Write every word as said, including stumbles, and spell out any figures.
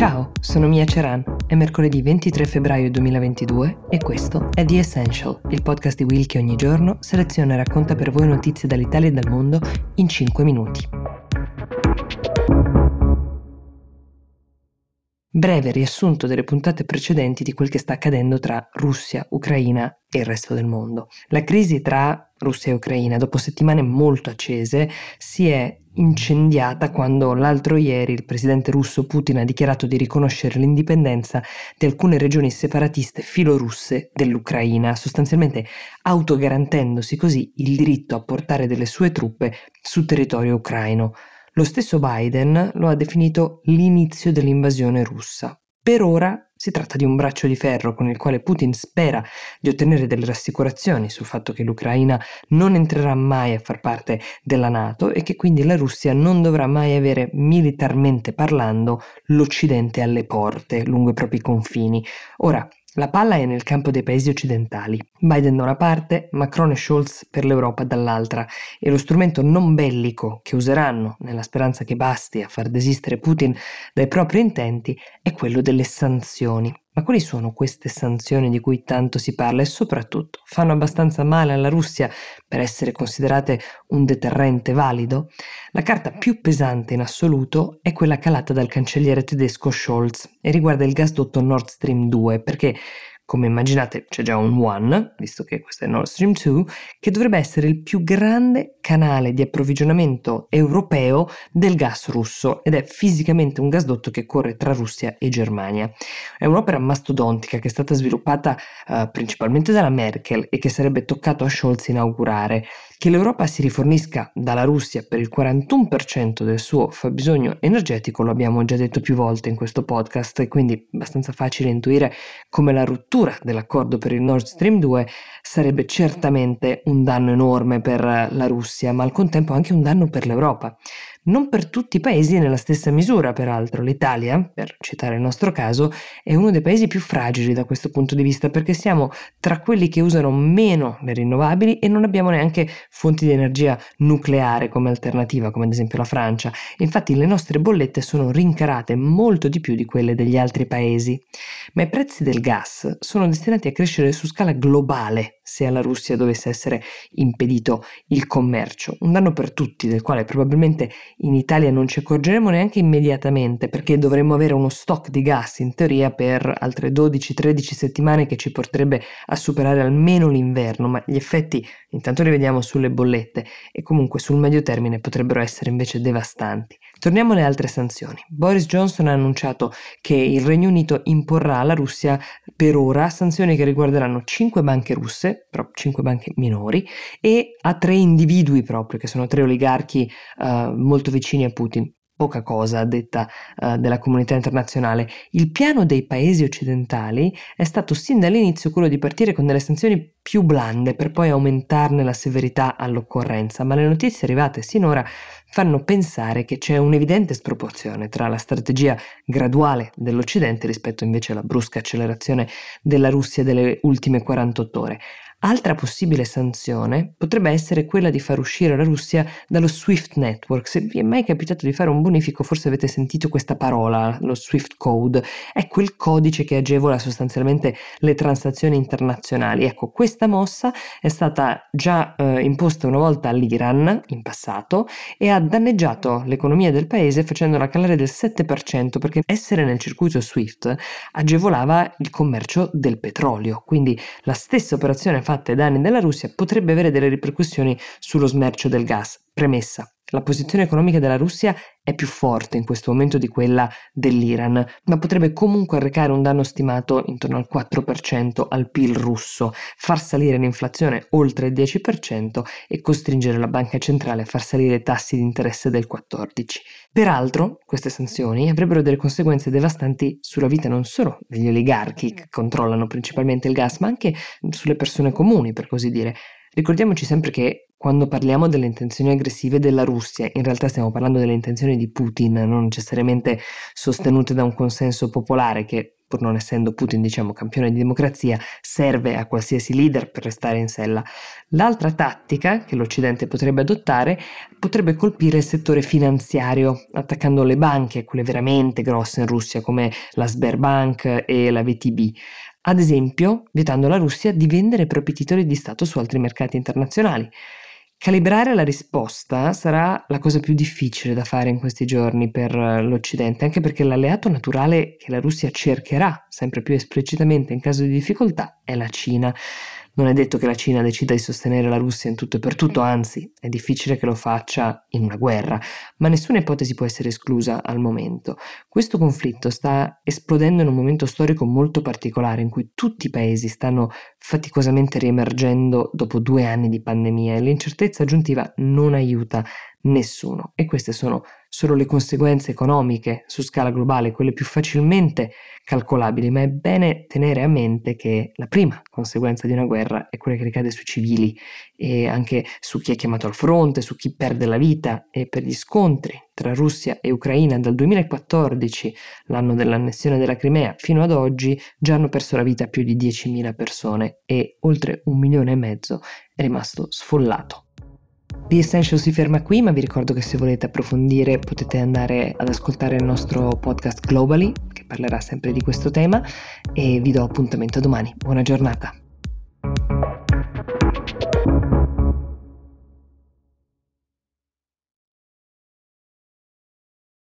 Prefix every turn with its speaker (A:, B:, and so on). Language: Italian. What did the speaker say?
A: Ciao, sono Mia Ceran, è mercoledì ventitré febbraio duemilaventidue e questo è The Essential, il podcast di Will che ogni giorno seleziona e racconta per voi notizie dall'Italia e dal mondo in cinque minuti. Breve riassunto delle puntate precedenti di quel che sta accadendo tra Russia, Ucraina e il resto del mondo. La crisi tra Russia e Ucraina, dopo settimane molto accese, si è incendiata quando l'altro ieri il presidente russo Putin ha dichiarato di riconoscere l'indipendenza di alcune regioni separatiste filorusse dell'Ucraina, sostanzialmente autogarantendosi così il diritto a portare delle sue truppe su territorio ucraino. Lo stesso Biden lo ha definito l'inizio dell'invasione russa. Per ora si tratta di un braccio di ferro con il quale Putin spera di ottenere delle rassicurazioni sul fatto che l'Ucraina non entrerà mai a far parte della NATO e che quindi la Russia non dovrà mai avere, militarmente parlando, l'Occidente alle porte lungo i propri confini. Ora, la palla è nel campo dei paesi occidentali. Biden da una parte, Macron e Scholz per l'Europa dall'altra, e lo strumento non bellico che useranno, nella speranza che basti a far desistere Putin dai propri intenti, è quello delle sanzioni. Ma quali sono queste sanzioni di cui tanto si parla e soprattutto fanno abbastanza male alla Russia per essere considerate un deterrente valido? La carta più pesante in assoluto è quella calata dal cancelliere tedesco Scholz e riguarda il gasdotto Nord Stream due, perché come immaginate c'è già un One, visto che questo è Nord Stream due, che dovrebbe essere il più grande canale di approvvigionamento europeo del gas russo ed è fisicamente un gasdotto che corre tra Russia e Germania. È un'opera mastodontica che è stata sviluppata uh, principalmente dalla Merkel e che sarebbe toccato a Scholz inaugurare. Che l'Europa si rifornisca dalla Russia per il quarantuno per cento del suo fabbisogno energetico lo abbiamo già detto più volte in questo podcast e quindi è abbastanza facile intuire come la rottura dell'accordo per il Nord Stream due sarebbe certamente un danno enorme per la Russia, ma al contempo anche un danno per l'Europa. Non per tutti i paesi nella stessa misura, peraltro. L'Italia, per citare il nostro caso, è uno dei paesi più fragili da questo punto di vista perché siamo tra quelli che usano meno le rinnovabili e non abbiamo neanche fonti di energia nucleare come alternativa, come ad esempio la Francia. Infatti le nostre bollette sono rincarate molto di più di quelle degli altri paesi. Ma i prezzi del gas sono destinati a crescere su scala globale se alla Russia dovesse essere impedito il commercio. Un danno per tutti, del quale probabilmente in Italia non ci accorgeremo neanche immediatamente perché dovremmo avere uno stock di gas in teoria per altre dodici tredici settimane che ci porterebbe a superare almeno l'inverno, ma gli effetti intanto li vediamo sulle bollette e comunque sul medio termine potrebbero essere invece devastanti. Torniamo alle altre sanzioni. Boris Johnson ha annunciato che il Regno Unito imporrà alla Russia per ora sanzioni che riguarderanno cinque banche russe, però cinque banche minori, e a tre individui proprio, che sono tre oligarchi uh, molto vicini a Putin. Poca cosa a detta uh, della comunità internazionale. Il piano dei paesi occidentali è stato sin dall'inizio quello di partire con delle sanzioni più blande per poi aumentarne la severità all'occorrenza, ma le notizie arrivate sinora fanno pensare che c'è un'evidente sproporzione tra la strategia graduale dell'Occidente rispetto invece alla brusca accelerazione della Russia delle ultime quarantotto ore. Altra possibile sanzione potrebbe essere quella di far uscire la Russia dallo SWIFT Network. Se vi è mai capitato di fare un bonifico, forse avete sentito questa parola, lo SWIFT Code. È quel codice che agevola sostanzialmente le transazioni internazionali. Ecco, questa mossa è stata già eh, imposta una volta all'Iran in passato e ha danneggiato l'economia del paese facendola calare del sette per cento perché essere nel circuito SWIFT agevolava il commercio del petrolio. Quindi la stessa operazione fatta ai danni della Russia potrebbe avere delle ripercussioni sullo smercio del gas. Premessa: la posizione economica della Russia è più forte in questo momento di quella dell'Iran, ma potrebbe comunque arrecare un danno stimato intorno al quattro per cento al P I L russo, far salire l'inflazione oltre il dieci per cento e costringere la banca centrale a far salire i tassi di interesse del quattordici per cento. Peraltro, queste sanzioni avrebbero delle conseguenze devastanti sulla vita non solo degli oligarchi che controllano principalmente il gas, ma anche sulle persone comuni, per così dire. Ricordiamoci sempre che quando parliamo delle intenzioni aggressive della Russia, in realtà stiamo parlando delle intenzioni di Putin, non necessariamente sostenute da un consenso popolare che pur non essendo Putin, diciamo, campione di democrazia, serve a qualsiasi leader per restare in sella. L'altra tattica che l'Occidente potrebbe adottare potrebbe colpire il settore finanziario, attaccando le banche, quelle veramente grosse in Russia, come la Sberbank e la V T B. Ad esempio, vietando alla Russia di vendere i propri titoli di Stato su altri mercati internazionali. Calibrare la risposta sarà la cosa più difficile da fare in questi giorni per l'Occidente, anche perché l'alleato naturale che la Russia cercherà sempre più esplicitamente in caso di difficoltà è la Cina. Non è detto che la Cina decida di sostenere la Russia in tutto e per tutto, anzi, è difficile che lo faccia in una guerra, ma nessuna ipotesi può essere esclusa al momento. Questo conflitto sta esplodendo in un momento storico molto particolare in cui tutti i paesi stanno faticosamente riemergendo dopo due anni di pandemia e l'incertezza aggiuntiva non aiuta nessuno. E queste sono solo le conseguenze economiche su scala globale, quelle più facilmente calcolabili, ma è bene tenere a mente che la prima conseguenza di una guerra è quella che ricade sui civili e anche su chi è chiamato al fronte, su chi perde la vita. E per gli scontri tra Russia e Ucraina dal duemilaquattordici, l'anno dell'annessione della Crimea, fino ad oggi già hanno perso la vita più di diecimila persone e oltre un milione e mezzo è rimasto sfollato. The Essential si ferma qui, ma vi ricordo che se volete approfondire potete andare ad ascoltare il nostro podcast Globally, che parlerà sempre di questo tema, e vi do appuntamento domani. Buona giornata.